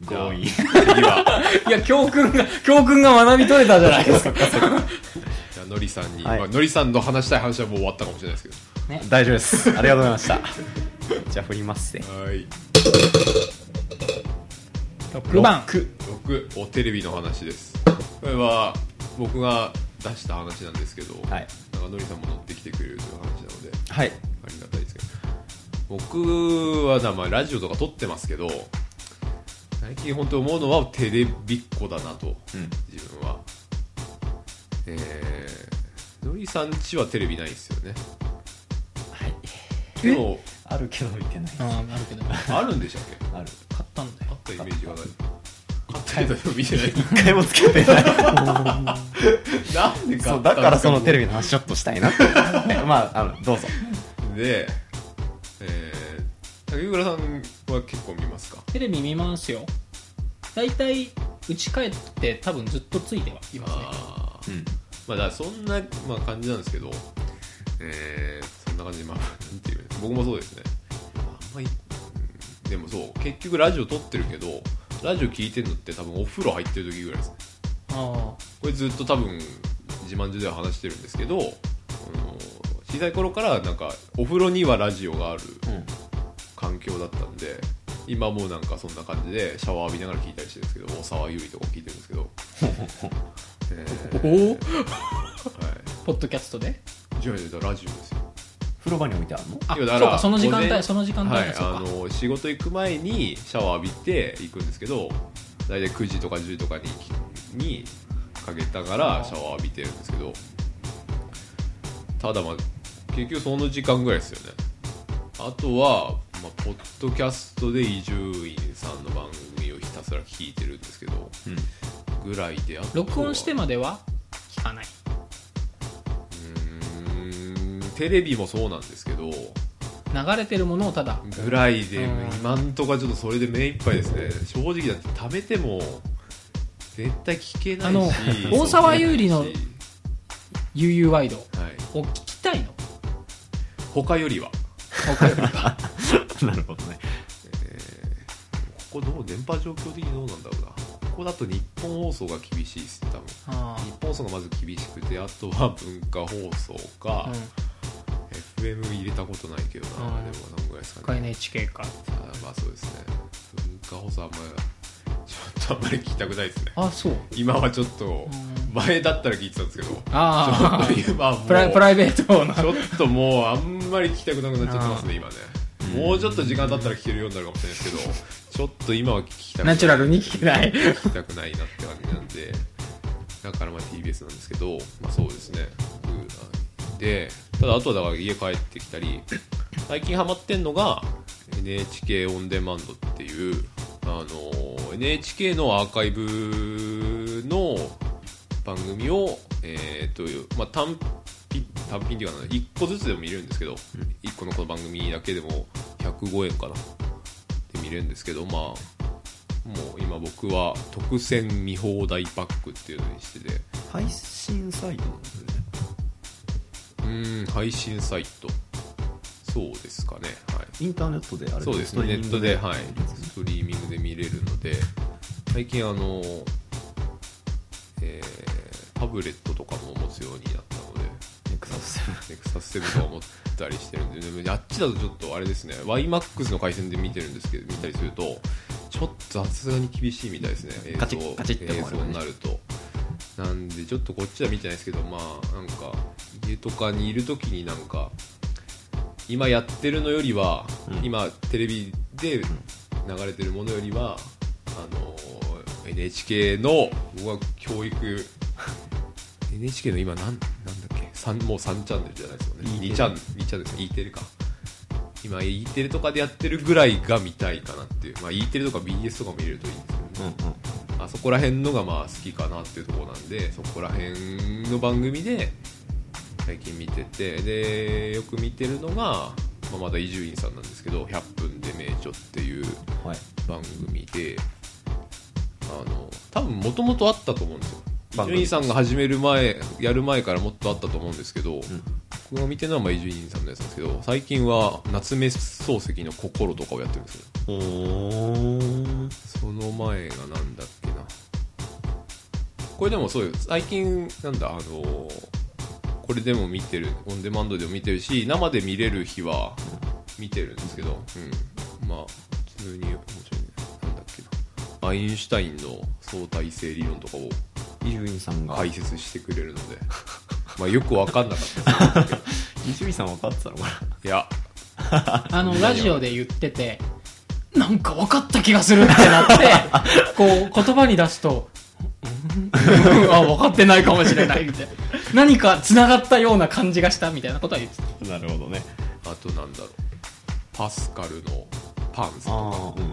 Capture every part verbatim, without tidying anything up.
強引。 次は。 いや、教訓が、教訓が学び取れたじゃないですか。 じゃあ、のりさんに、 はいまあ、のりさんの話したい話はもう終わったかもしれないですけど。 ね、 大丈夫です。ありがとうございました。じゃあ振りますね。 はい。 ろくばん。 ろく、おテレビの話です。これは僕が出した話なんですけど、 はい。 なんかのりさんも乗ってきてくれるという話なので、 はい。 ありがたいですけど、僕はまあラジオとか撮ってますけど、最近本当思うのはテレビっ子だなと、うん、自分は。えー、のりさんちはテレビないですよね。 はい。 でもあるけど見てない。 ああ、あるけど。 あるんでしたっけ？ ある。 買ったんだよ。 あったイメージがない。買ったけど見てない。 一回もつけてない。 なんで買ったの？ そうだからそのテレビの話ちょっとしたいなって。まああのどうぞ。 で、えー、竹倉さんは結構見ますか？ テレビ見ますよ。だいたい家帰って多分ずっとついてはいますね。 あ、 うん、 まあだからそんな、まあ、感じなんですけど、えー、そんな感じで、まあ、なんていう、僕もそうですね。あんまり、うん、でもそう、結局ラジオ撮ってるけど、ラジオ聞いてるのって多分お風呂入ってる時ぐらいですね。 ああ。 これずっと多分自慢中では話してるんですけど、あの小さい頃からなんかお風呂にはラジオがある環境だったんで、今もうなんかそんな感じでシャワー浴びながら聞いたりしてるんですけど、大沢優里とか聞いてるんですけど、えー、 おお、 はい、 ポッドキャストで？ じゃあラジオですよ。 風呂場に置いてあるの？ あ、 だからそうか、その時間帯、その時間帯、 はい、 そうか。 あの仕事行く前にシャワー浴びて行くんですけど、大体くじとかじゅうとかににかけたからシャワー浴びてるんですけど、ただまあ結局その時間ぐらいですよね。あとは、まあ、ポッドキャストで伊集院さんの番組をひたすら聞いてるんですけど、うん、ぐらいで、あとは録音してまでは聞かない。 うーん、テレビもそうなんですけど、 流れてるものをただぐらいで、今んとこはちょっとそれで目いっぱいですね。正直だって食べても絶対聞けないし、あの大沢優里の ユーユー ワイドを聞きたいの？ 他よりは。 他よりは。 なるほどね。 えー、ここどう電波状況的にどうなんだろうな。ここだと日本放送が厳しいです多分。あ、日本放送がまず厳しくて、あとは文化放送か、うん、エフエム 入れたことないけどな、うん、でも何ぐらいですかね。 エヌエイチケー か。 まあそうですね。文化放送はあんまりちょっとあんまり聞きたくないですね。 あ、そう。 今はちょっと前だったら聞いてたんですけど、 ああ、 ちょっと今もうプライ、プライベートな。 ちょっともうあんまり聞きたくなくなっちゃってますね今ね。もうちょっと時間経ったら聞けるようになるかもしれないですけど、ちょっと今は聞きたくない。 ナチュラルに聞けない。 聞きたくないなって感じなんで、だからまあ ティービーエス なんですけど、まあそうですね。で、ただあとはだから家帰ってきたり、最近ハマってんのが エヌエイチケー オンデマンドっていう、あの エヌエイチケー のアーカイブの番組を、えーとまあ、単品単品っていうかな、いっこずつでも見れるんですけど、うん、いっこのこの番組だけでもひゃくごえんかなで見れるんですけど、まあもう今僕は特選見放題パックっていうのにしてて、 配信サイトなんですよね。 うーん、配信サイト、そうですかね、はい、 インターネットであれ、 そうですね、ネットで、はい、ストリーミングで見れるので、最近あの、えー、タブレットとかも持つようになったので、 ネクサスセブンネクサスセブンとか持ったりしてるんで、でもあっちだとちょっとあれですね、ワイマックス の回線で見てるんですけど、見たりするとちょっとさすがに厳しいみたいですね、映像、 カチッカチッって映像になると。なんでちょっとこっちは見てないですけど、まあなんか家とかにいるときになんか今やってるのよりは、うん、今テレビで流れてるものよりは、あの エヌエイチケー の僕は教育エヌエイチケー の今なんなんだっけ、さんもうさんチャンネルじゃないですよね、にチャンにチャンネルですね、E テレか、今 E テレとかでやってるぐらいが見たいかなっていう、まあ E テレとか ビーエス とかも見れるといいんですけどね、うんうん、あそこら辺のがまあ好きかなっていうところなんで、そこら辺の番組で最近見てて、でよく見てるのが、まあ、まだ伊集院さんなんですけど、ひゃっぷんで名著っていう番組で、はい、あの多分もともとあったと思うんですよ。伊集院さんが始める前、やる前からもっとあったと思うんですけど、うん、僕が見てるのはまあ伊集院さんのやつなんですけど、最近は夏目漱石の心とかをやってるんですよ。 おー、 その前がなんだっけな、これでもそうよ、最近なんだあのー、これでも見てる、オンデマンドでも見てるし、生で見れる日は見てるんですけど、うん、まあ普通に面白いね。なんだっけな、アインシュタインの相対性理論とかを伊集院さんが解説してくれるのでまあよく分かんなかったですけど伊集院さん分かってたのかいやあのラジオで言っててなんか分かった気がするってなってこう言葉に出すとあ分かってないかもしれないみたいな、何か繋がったような感じがしたみたいなことは言ってた。 な。なるほどね。 あとなんだろう、パスカルのパンスとか、 ああ、うんうんうん、 はい、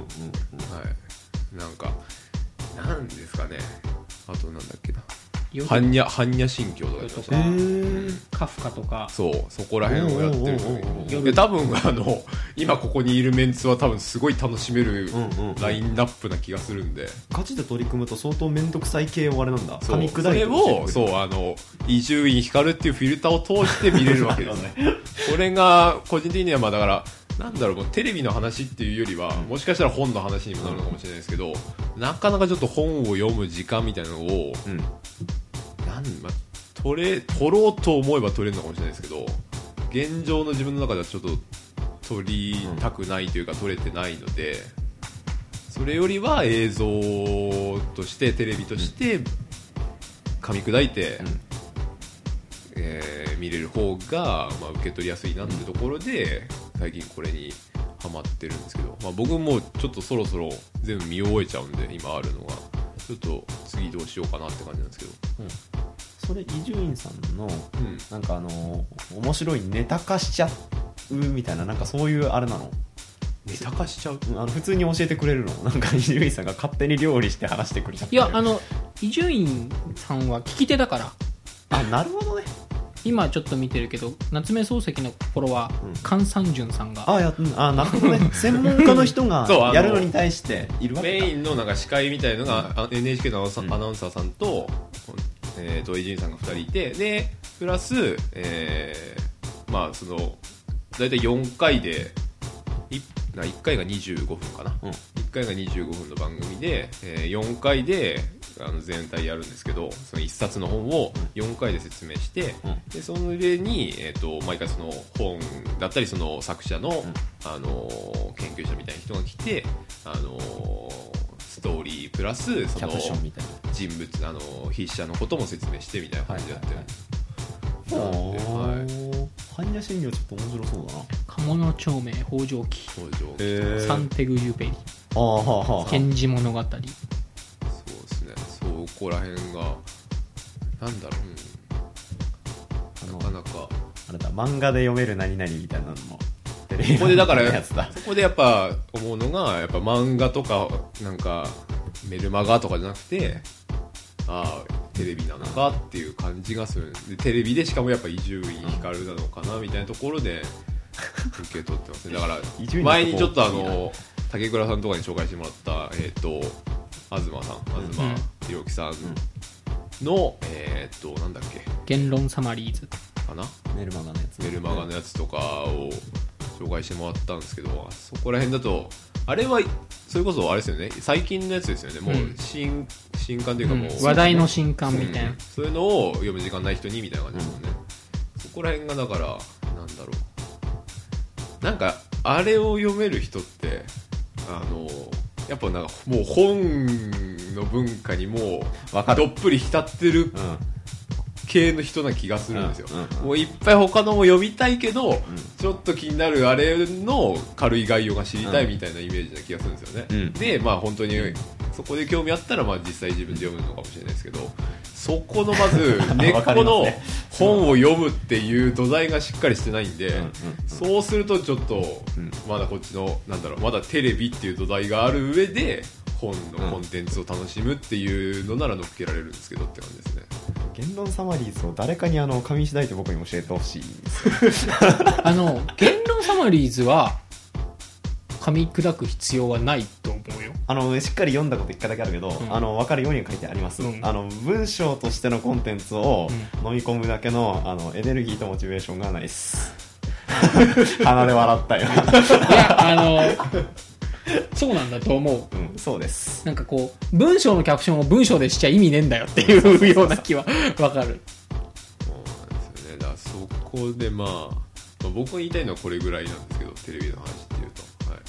なんかなんですかね、あとなんだっけな、般若般若心経とかやってましたね。 カフカとかそうそこら辺をやってるおうおうおうおう。 で多分あの今ここにいるメンツは多分すごい楽しめるうんうんうんラインナップな気がするんで、 ガチで取り組むと相当面倒くさい系をあれなんだ、 そう噛み砕いてそれをうそうあの伊集院光っていうフィルターを通して見れるわけですねこれが個人的にはまあだからなんだろう、もうテレビの話っていうよりはもしかしたら本の話にもなるのかもしれないですけど、なかなかちょっと本を読む時間みたいなのを、 うん、 なんまあ、取れ取ろうと思えば取れるのかもしれないですけど、現状の自分の中ではちょっと取りたくないというか取れてないので、それよりは映像としてテレビとして噛み砕いて、うん、えー、見れる方が、まあ、受け取りやすいなってところで最近これにハマってるんですけど、まあ、僕もちょっとそろそろ全部見終えちゃうんで今あるのがちょっと次どうしようかなって感じなんですけど、 うん、それ伊集院さんの、 うん、 なんかあのー、面白いネタ化しちゃうみたいな、なんかそういうあれなの、 ネタ化しちゃう、 あの普通に教えてくれるの、なんか伊集院さんが勝手に料理して話してくれちゃって。 いやあの伊集院さんは聞き手だから。 あ、なるほどね。 今ちょっと見てるけど夏目漱石の頃は菅三淳さんが、 あやあなるほどね専門家の人がやるのに対しているわけか。 メインのなんか司会みたいのが、うん、エヌエイチケー のアナウンサーさんと、うん、えー、と伊集院さんがふたりいて、でプラス、えー、まあそのだいたいよんかいで い, いっかいがにじゅうごふんかな、うん、いっかいがにじゅうごふんの番組で、えー、よんかいであの全体やるんですけど、そのいっさつの本をよんかいで説明して、うん、でそれに、えー、と毎回その本だったりその作者の、うん、あのー、研究者みたいな人が来て、あのー、ストーリープラスその人物、あのー、筆者のことも説明してみたいな感じでやってるんです。 般若心経ちょっと面白そうだな。 鴨の長明北条記、サンテグユペリ、 あーはーはー源氏物語、 そうですね、そこら辺がなんだろう、うん、なかなかあれだ、漫画で読める何々みたいなのもここでだからそこでやっぱ思うのが、やっぱ漫画とかなんかメルマガとかじゃなくて、ああテレビなのかっていう感じがする。でテレビでしかもやっぱ伊集院光なのかなみたいなところで受け取ってますね。だから前にちょっとあの竹倉さんとかに紹介してもらったえっと東さん、東弘樹さんのえっとなんだっけ、 言論サマリーズかな、 メルマガのやつメルマガのやつとかを紹介してもらったんですけど、そこら辺だとあれはそれこそあれですよね、最近のやつですよね、もう新、新刊というかもう、 うん、話題の新刊みたいな、 うん、そういうのを読む時間ない人にみたいな感じですもんね、うん、そこら辺がだからなんだろう、なんかあれを読める人ってあのやっぱなんかもう本の文化にもうどっぷり浸ってる、うん系の人な気がするんですよ、うんうんうん、もういっぱい他のも読みたいけど、うん、ちょっと気になるあれの軽い概要が知りたいみたいなイメージな気がするんですよね、うん、でまあ本当にそこで興味あったらまあ実際自分で読むのかもしれないですけど、そこのまず根っこの本を読むっていう土台がしっかりしてないんで、うんうんうん、そうするとちょっとまだこっちのなんだろう、まだテレビっていう土台がある上で本のコンテンツを楽しむっていうのなら乗っけられるんですけどって感じですね。 言論サマリーズを誰かにあの上石大と僕に教えてほしいですよあの言論サマリーズは噛み砕く必要はないと思うよ。 あのしっかり読んだこといっかいだけあるけど、うん、あの分かるように書いてあります、うん、あの文章としてのコンテンツを飲み込むだけ の, あのエネルギーとモチベーションがないです鼻で笑ったよいやあのそうなんだと思う。 うん、そうです。 なんかこう文章のキャプションを文章でしちゃ意味ねえんだよっていうような気はわかる。 そうなんですよね。だからそこで、まあ、まあ僕が言いたいのはこれぐらいなんですけど、テレビの話っていうと、はい、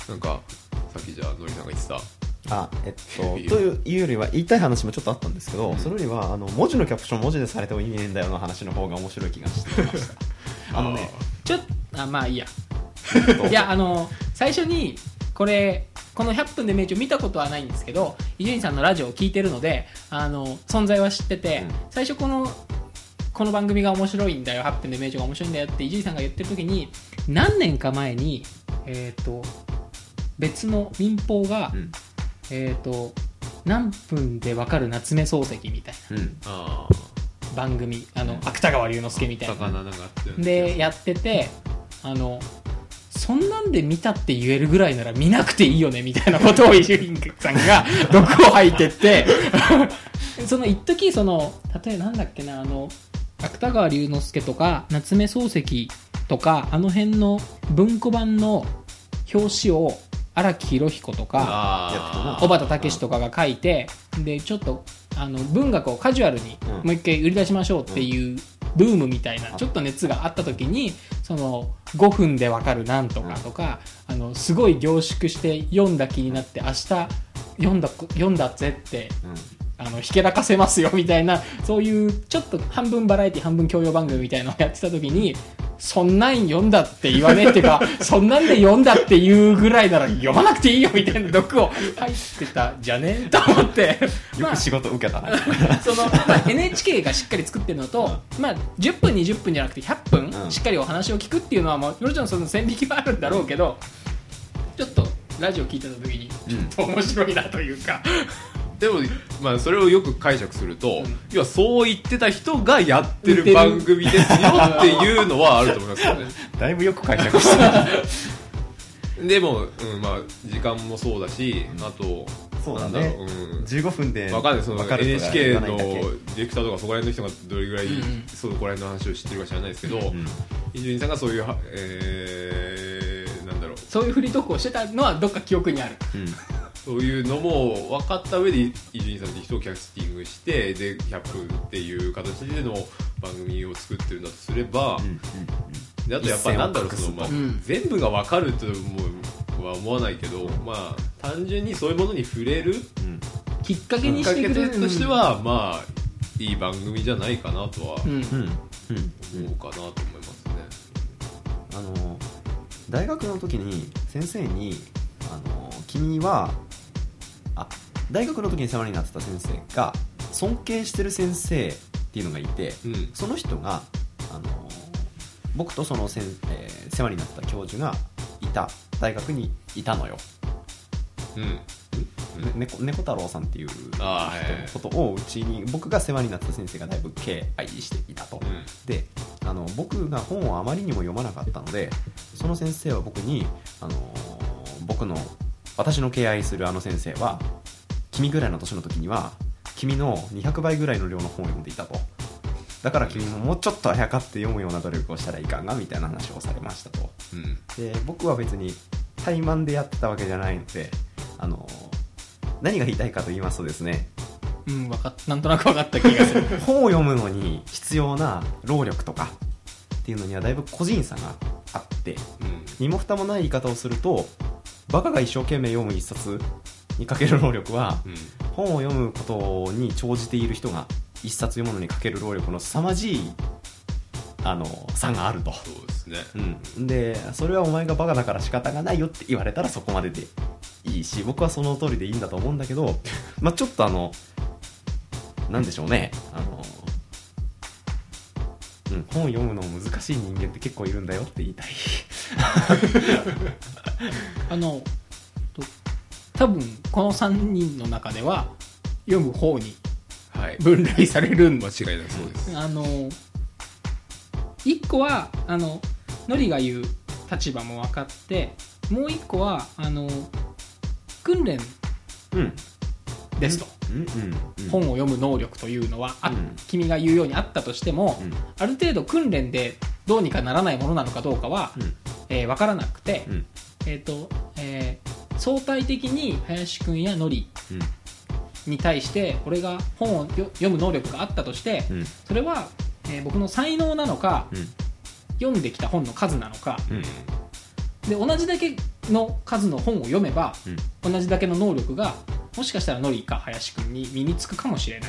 なんかさっきじゃあのりさんが言ってたあ、えっと、というよりは言いたい話もちょっとあったんですけど、うん、それよりはあの文字のキャプション文字でされても意味ねえんだよの話の方が面白い気がしてましたあのねちょっとあまあいいやいやあの最初にこれこのひゃっぷんで名著見たことはないんですけど、伊集院さんのラジオを聞いてるのであの存在は知ってて、うん、最初このこの番組が面白いんだよ、はっぷんで名著が面白いんだよって伊集院さんが言ってる時に、何年か前にえっと別の民放が、うんえー、と何分でわかる夏目漱石みたいな、うん、あ番組あの芥川龍之介みたいなでやってて、あのそんなんで見たって言えるぐらいなら見なくていいよねみたいなことを伊集院さんが毒を吐いてってその一時その例えばなんだっけな、あの芥川龍之介とか夏目漱石とかあの辺の文庫版の表紙を荒木博彦とか小畑武史とかが書いて、でちょっとあの文学をカジュアルにもう一回売り出しましょうっていうブームみたいなちょっと熱があった時に、そのごふんでわかるなんとかとか、あのすごい凝縮して読んだ気になって明日読んだ読んだぜってあのひけらかせますよみたいな、そういうちょっと半分バラエティ半分教養番組みたいなのをやってた時に、そんなん読んだって言わねえっていうかそんなんで読んだっていうぐらいなら読まなくていいよみたいな毒を入ってたじゃねえと思ってよく仕事受けたな、まあ、その、まあ、エヌエイチケー がしっかり作ってるのと、まあ、じゅっぷんにじゅっぷんじゃなくてひゃっぷんしっかりお話を聞くっていうのはもちろんその線引きはあるんだろうけど、ちょっとラジオ聞いてた時にちょっと面白いなというか、 うん、でも、まあ、それをよく解釈すると、うん、要はそう言ってた人がやってる番組ですよっていうのはあると思いますよねだいぶよく解釈したでも、うんまあ、時間もそうだし、あとそうだね、うん、じゅうごふんで分かんない、その エヌエイチケー のディレクターとかそこら辺の人がどれぐらい、うん、そこら辺の話を知ってるか知らないですけど、伊集院さんがそういう、えー、なんだろう、 そういうフリートークをしてたのはどっか記憶にある、うん、 そういうのも分かった上で伊集院さんって人をキャスティングしてでひゃっぷんっていう形での番組を作ってるんだとすれば、うんうんうん、であとやっぱりなんだろう、その、まあうん、全部が分かるとは思わないけど、まあ単純にそういうものに触れる、うん、 きっかけにしてくれるとしては、まあいい番組じゃないかなとは思うかなと思いますね。 あの大学の時に先生にあの君はあ大学の時に世話になってた先生が尊敬してる先生っていうのがいて、うん、その人があの僕とそのせん、えー、世話になった教授がいた大学にいたのよ、うんね、猫, 猫太郎さんっていう人のことをうちに僕が世話になった先生がだいぶ敬愛していたと、うん、であの僕が本をあまりにも読まなかったのでその先生は僕にあの僕の私の敬愛するあの先生は君ぐらいの年の時には君のにひゃくばいぐらいの量の本を読んでいたと、だから君ももうちょっとあやかって読むような努力をしたらいかんがみたいな話をされましたと、うん、で僕は別に怠慢でやってたわけじゃないので、あの何が言いたいかと言いますとですね、 うん、わかっなんとなく分かった気がする本を読むのに必要な労力とかっていうのにはだいぶ個人差があって、うん、身も蓋もない言い方をするとバカが一生懸命読む一冊にかける労力は、うん、本を読むことに長じている人が一冊読むのにかける労力の凄まじいあの差があると。 そうですね、 うん、でそれはお前がバカだから仕方がないよって言われたらそこまででいいし、僕はその通りでいいんだと思うんだけどまあちょっとあのなんでしょうね、あの、うん、本を読むの難しい人間って結構いるんだよって言いたいあの多分このさんにんの中では読む方に分類されるんで、 はい、間違いないそうです。 あのいっこはあのノリが言う立場も分かって、もういっこはあの訓練ですと、うんうんうん、本を読む能力というのは、あ、うん、君が言うようにあったとしても、うん、ある程度訓練でどうにかならないものなのかどうかは、うん、えー、分からなくて、うん、えーとえー相対的に林くんやのりに対して俺が本を読む能力があったとして、うん、それは、えー、僕の才能なのか、うん、読んできた本の数なのか、うん、で同じだけの数の本を読めば、うん、同じだけの能力がもしかしたらのりか林くんに身につくかもしれない、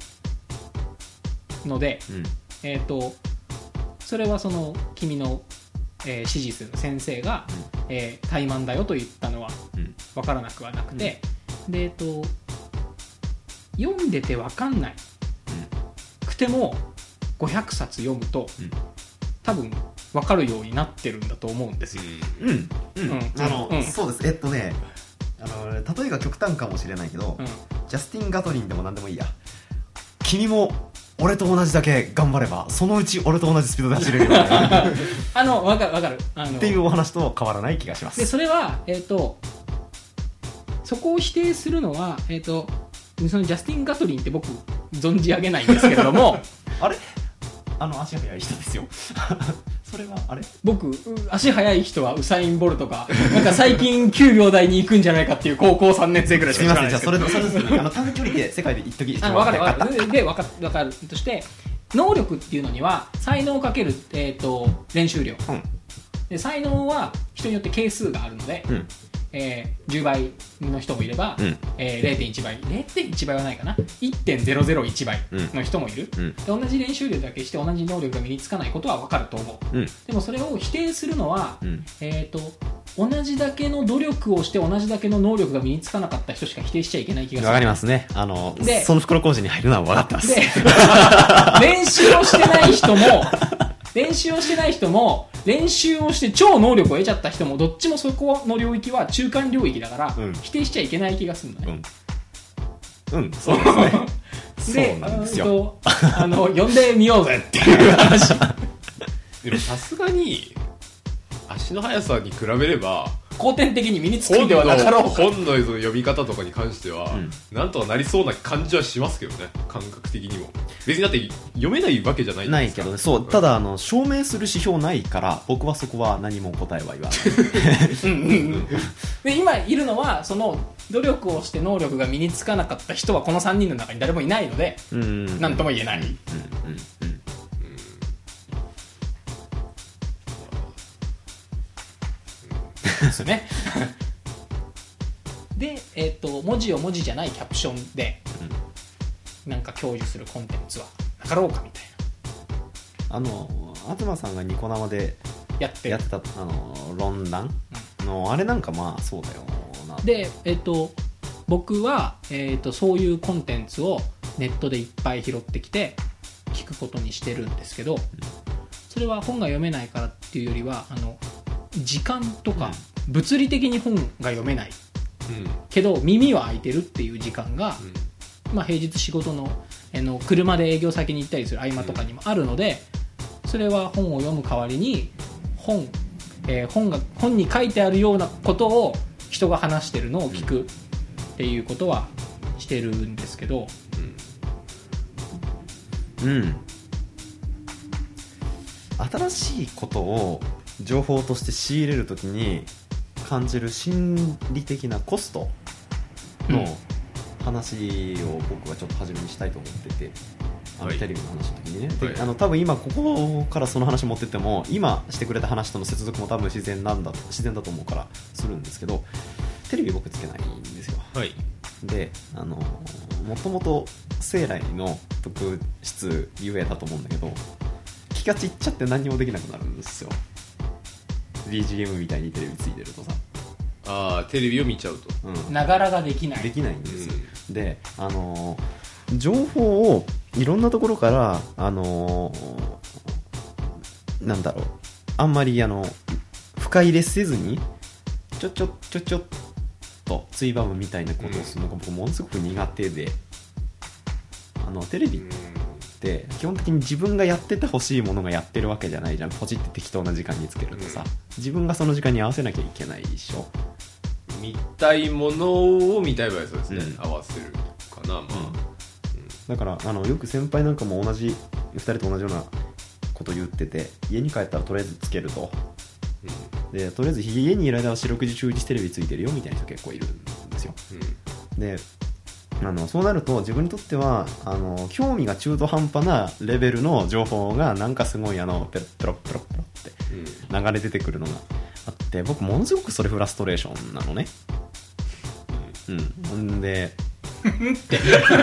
うん、ので、うん、えーとそれはその君の、えー、指示する先生が、うんえー、怠慢だよと言ったのは分からなくはなくて、うん、で、えーと読んでて分かんない、うん、くてもごひゃくさつ読むと、うん、多分分かるようになってるんだと思うんですよ。 うんうんうん、うん、あの、うん、そうです。えっとねあの例えが極端かもしれないけど、うん、ジャスティン・ガトリンでも何でもいいや。君も俺と同じだけ頑張ればそのうち俺と同じスピードで走れるようになるあの分かる分かるあのっていうお話と変わらない気がします。 でそれは、えー、とそこを否定するのは、えー、とそのジャスティン・ガトリンって僕存じ上げないんですけれどもあれあの足速い人ですよそれはあれ僕足速い人はウサイン・ボルトかなんか最近きゅうびょう台に行くんじゃないかっていう高校さんねん生ぐらいしか知らないですけど。すみません、じゃあそれそれですねあの短距離で世界で一時一番分かる分かるで分か分かるとして能力っていうのには才能かける、えー、と練習量、うん、で才能は人によって係数があるので、うんえー、じゅうばいの人もいれば、うんえー、れいてんいちばい れいてんいちばいはないかな いってんゼロゼロいちばいの人もいる、うん、で同じ練習量だけして同じ能力が身につかないことは分かると思う、うん、でもそれを否定するのは、うんえー、と同じだけの努力をして同じだけの能力が身につかなかった人しか否定しちゃいけない気がする。 分かりますね。あのでその袋小路に入るのは分かってます。で練習をしてない人も練習をしてない人も練習をして超能力を得ちゃった人もどっちもそこの領域は中間領域だから、うん、否定しちゃいけない気がするのね。 うん、うん、そうですね。そうなんですよ。 あの呼んでみようぜっていう話。 でもさすがに足の速さに比べれば後天的に身につくんではなかろうか。 本の読み方とかに関しては、うん、なんとかなりそうな感じはしますけどね、感覚的にも。別にだって読めないわけじゃないじゃないですか。 ないけどね、そう、ただあの証明する指標ないから僕はそこは何も答えは言わないうんうん、うん、 で今いるのはその努力をして能力が身につかなかった人はこのさんにんの中に誰もいないので、うんうんうん、なんとも言えない、うんうんうんですねで、えーと、文字を文字じゃないキャプションで、うん、なんか享受するコンテンツはなかろうかみたいな。あの東さんがニコ生でやってやってたあの論壇の、うん、あれなんかまあそうだよな。 で、えーと、僕は、えーと、そういうコンテンツをネットでいっぱい拾ってきて聞くことにしてるんですけど、うん、それは本が読めないからっていうよりはあの時間とか、うん、物理的に本が読めない、うん、けど耳は開いてるっていう時間が、うんまあ、平日仕事 の, あの車で営業先に行ったりする合間とかにもあるので、うん、それは本を読む代わりに 本,、えー、本, が本に書いてあるようなことを人が話してるのを聞くっていうことはしてるんですけど、 うん、うん、新しいことを情報として仕入れるときに感じる心理的なコストの話を僕はちょっと初めにしたいと思ってて、あのテレビの話の時にね、はい、であの多分今ここからその話持ってっても今してくれた話との接続も多分自然なんだ自然だと思うからするんですけど、テレビ僕つけないんですよ、はい、であのもともと生来の特質ゆえだと思うんだけど気が散っちゃって何もできなくなるんですよ。ビージーエム みたいにテレビついてるとさ、 あーテレビを見ちゃうとながらができないできないんです、うん、であの情報をいろんなところからあのなんだろうあんまりあの深入れせずにちょちょちょちょっとついばむみたいなことをするのが僕ものすごく苦手で、あのテレビって基本的に自分がやっててほしいものがやってるわけじゃないじゃん。ポチって適当な時間につけるとさ、自分がその時間に合わせなきゃいけないでしょ。 見たいものを見たい場合はそうですね、うん、合わせるかな、まあ、うん、 だからあのよく先輩なんかも同じふたりと同じようなこと言ってて、家に帰ったらとりあえずつけると、 でとりあえず家にいる間は四六時中日テレビついてるよみたいな人結構いるんですよ、うん、であのそうなると自分にとってはあの興味が中途半端なレベルの情報がなんかすごいあのペロペロペロペロって流れ出てくるのがあって僕ものすごくそれフラストレーションなのね、うん、ほんでって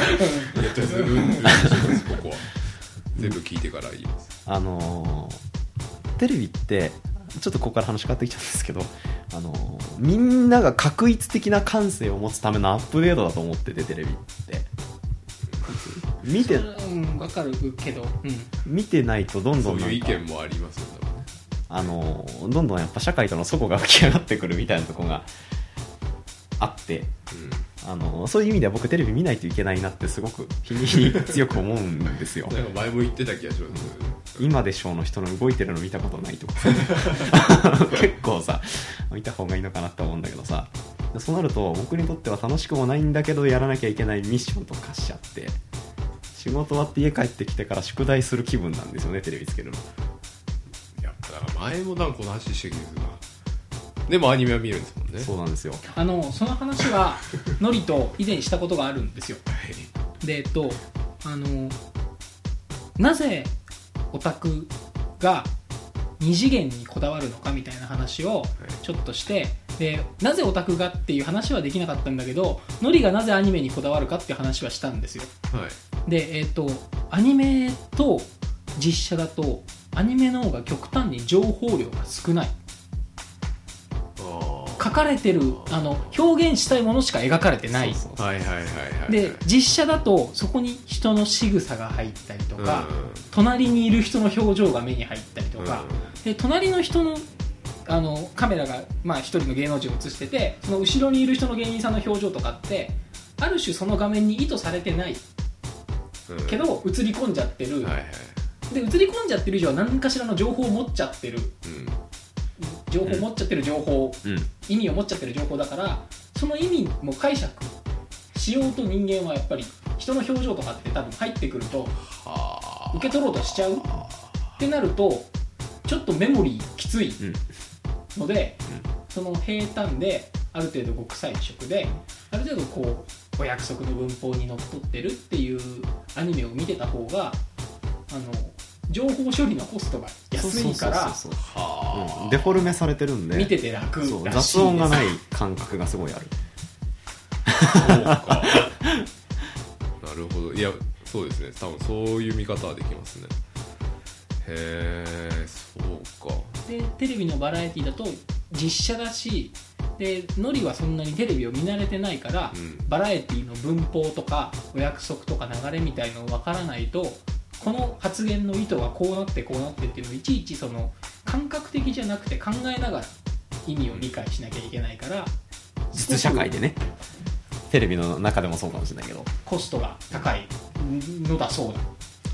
ここは全部聞いてから言います。 あのテレビってちょっとここから話変わってきちゃうんですけど、あのみんなが画一的な感性を持つためのアップデートだと思っててテレビって見てうん分かるけど、うん、 見てないとどんどんなんかそういう意見もありますよね。 あのどんどんやっぱ社会との齟齬が浮き上がってくるみたいなところがあって、うん、あのそういう意味では僕テレビ見ないといけないなってすごく日に強く思うんですよ。 なんか前も言ってた気がします、ね、 今でしょうの人の動いてるの見たことないとか結構さ見た方がいいのかなって思うんだけどさ、そうなると僕にとっては楽しくもないんだけどやらなきゃいけないミッションとかしちゃって仕事終わって家帰ってきてから宿題する気分なんですよねテレビつけるの。 やっぱだから前もなんかこの話してるけどでもアニメは見るんですもんね。 そうなんですよ。 あのその話はノリと以前したことがあるんですよ。でえっとあのなぜオタクが二次元にこだわるのかみたいな話をちょっとして、でなぜオタクがっていう話はできなかったんだけどノリがなぜアニメにこだわるかっていう話はしたんですよ、 はい、でえっとアニメと実写だとアニメの方が極端に情報量が少ない。書かれてるあの表現したいものしか描かれてない。で実写だとそこに人の仕草が入ったりとか、うん、隣にいる人の表情が目に入ったりとか、うん、で隣の人のあのカメラがまあ一人の芸能人を映しててその後ろにいる人の芸人さんの表情とかってある種その画面に意図されてない、うん、けど映り込んじゃってる、はいはい、で映り込んじゃってる以上は何かしらの情報を持っちゃってる、うん情報を持っちゃってる情報、うん、意味を持っちゃってる情報だからその意味も解釈しようと人間はやっぱり人の表情とかって多分入ってくると受け取ろうとしちゃうってなるとちょっとメモリーきついので、うん、その平坦である程度極彩色である程度こうお約束の文法にのっとってるっていうアニメを見てた方があの情報処理のコストが安いからデフォルメされてるんで見てて楽らしいです。 雑音がない感覚がすごいある。 そうかなるほど。いやそうですね多分そういう見方はできますね。へえそうか。 でテレビのバラエティだと実写だしでノリはそんなにテレビを見慣れてないから、うん、バラエティの文法とかお約束とか流れみたいの分からないとこの発言の意図はこうなってこうなってっていうのをいちいちその感覚的じゃなくて考えながら意味を理解しなきゃいけないから実社会でねテレビの中でもそうかもしれないけどコストが高いのだそうだ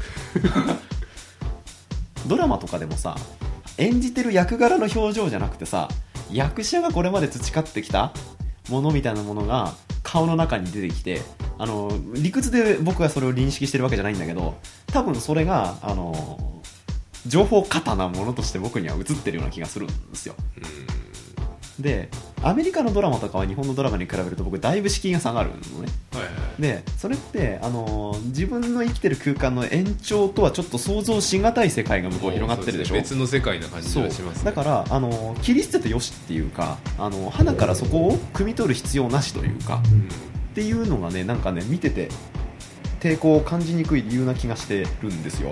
ドラマとかでもさ演じてる役柄の表情じゃなくてさ役者がこれまで培ってきたものみたいなものが顔の中に出てきてあの理屈で僕はそれを認識してるわけじゃないんだけど多分それがあの情報過多なものとして僕には映ってるような気がするんですよ。うんでアメリカのドラマとかは日本のドラマに比べると僕だいぶ敷居が下がるのね、はいはい、でそれってあの自分の生きてる空間の延長とはちょっと想像しがたい世界が向こう広がってるでしょ。 別の世界な感じがしますね。 だからあの切り捨ててよしっていうかあの花からそこを汲み取る必要なしというか、うん、っていうのがねなんかね見てて抵抗を感じにくい理由な気がしてるんですよ。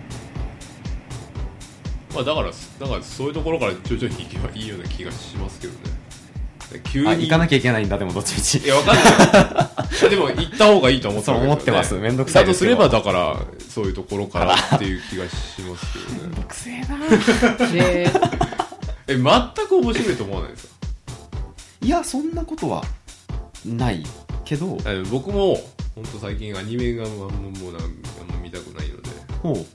まあ、だからだからそういうところから徐々に行けばいいような気がしますけどね。急にあ行かなきゃいけないんだでもどっちみちいや分かんないでも行った方がいいと思ってるわけですよね。 そう思ってます。めんどくさいですだとすればだからそういうところからっていう気がしますけどね。 めんどくせえなでえ全く面白いと思わないですか。 いやそんなことはないけど僕も本当最近アニメがもうもうなんか見たくないのでほう、うん、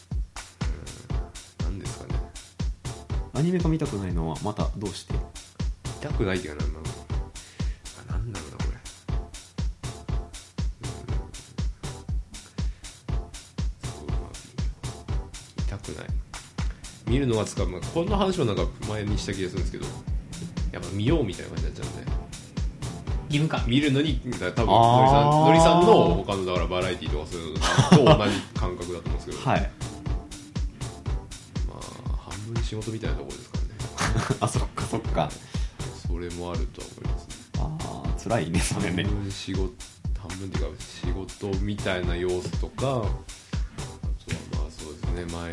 なんですかねアニメが見たくないのはまたどうして見たくないっていうかなんだろうなんだろうなこれ、うん、そうまあ見たくない見るのが使う、まあ、こんな話もなんか前にした気がするんですけど、やっぱ見ようみたいな感じになっちゃうんで、 義務感見るのに多分のりさんのりさんの他のだからバラエティーとかそういうのと同じ感覚だと思うんですけど、 はいまあ半分仕事みたいなところですからねあそっかそっか、 それもあるとは思いますね。 ああ辛いねそれね。 半分仕事半分っていうか仕事みたいな要素とか、あとはまあそうですね、前前なんか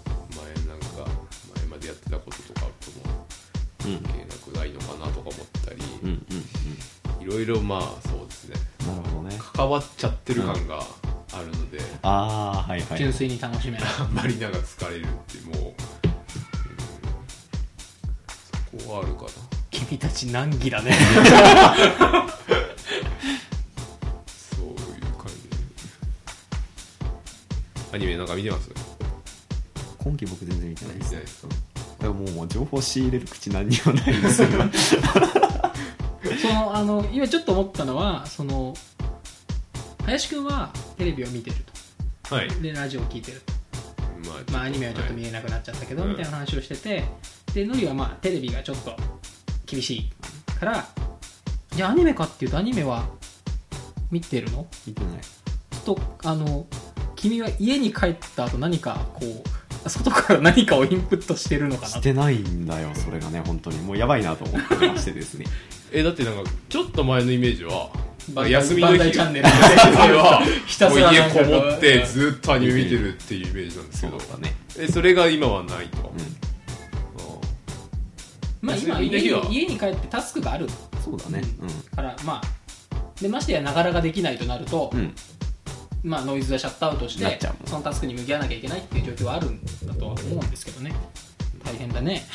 前までやってたこととかともうん関係なくないのかなとか思ったり、 うんうんうん、 いろいろまあそうですね、 なるほどね。 関わっちゃってる感があるので、うん、 ああはいはい。 純粋に楽しめないあんまりなんか疲れるってもう、うん、そこはあるかな。 君たち難儀だねそういう感じで。アニメなんか見てます？ 今期僕全然見てないです。 見てないですか？ だからもうもう情報仕入れる口何にもないんですよそのあの今ちょっと思ったのは、その林くんはテレビを見てると、 はい。 でラジオを聞いてると、 まあ、 まあ、アニメはちょっと見えなくなっちゃったけど、 はいみたいな話をしてて、でノリはまあテレビがちょっと厳しいから、じゃあアニメかっていうとアニメは見てるの見てない。 と、あの君は家に帰った後何かこう外から何かをインプットしてるのかなしてないんだよそれがね、本当にもうやばいなと思ってましてですねえだってなんかちょっと前のイメージはバンダイ休みの日バンダイチャンネルではひたもうすらなんか家こもってずっとアニメ見てるっていうイメージなんですけど、 そうだね。 えそれが今はないと、 うん、 あまあ今休みの日は家に家に帰ってタスクがあるそうだね。 からまあでましてやながらができないとなると、 うん、うんまあ、ノイズはシャットアウトしてなっちゃうそのタスクに向き合わなきゃいけないっていう状況はあるんだとは思うんですけどね。大変だね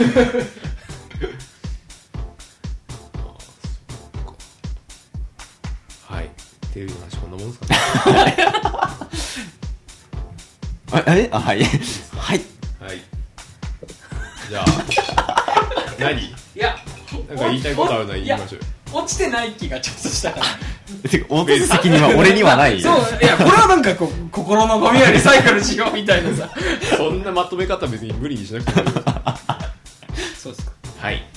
はい、テレビの話こんなもんですかねあえあはいはいはいじゃあ何いやなんか言いたいことあるなら言いましょうよ。 落ちてない気がちょっとしたからてか落とす責任は俺にはないそういやこれはなんかこう心のゴミはリサイクルしようみたいなさそんなまとめ方別に無理にしなくてもいいですそうですか。 はい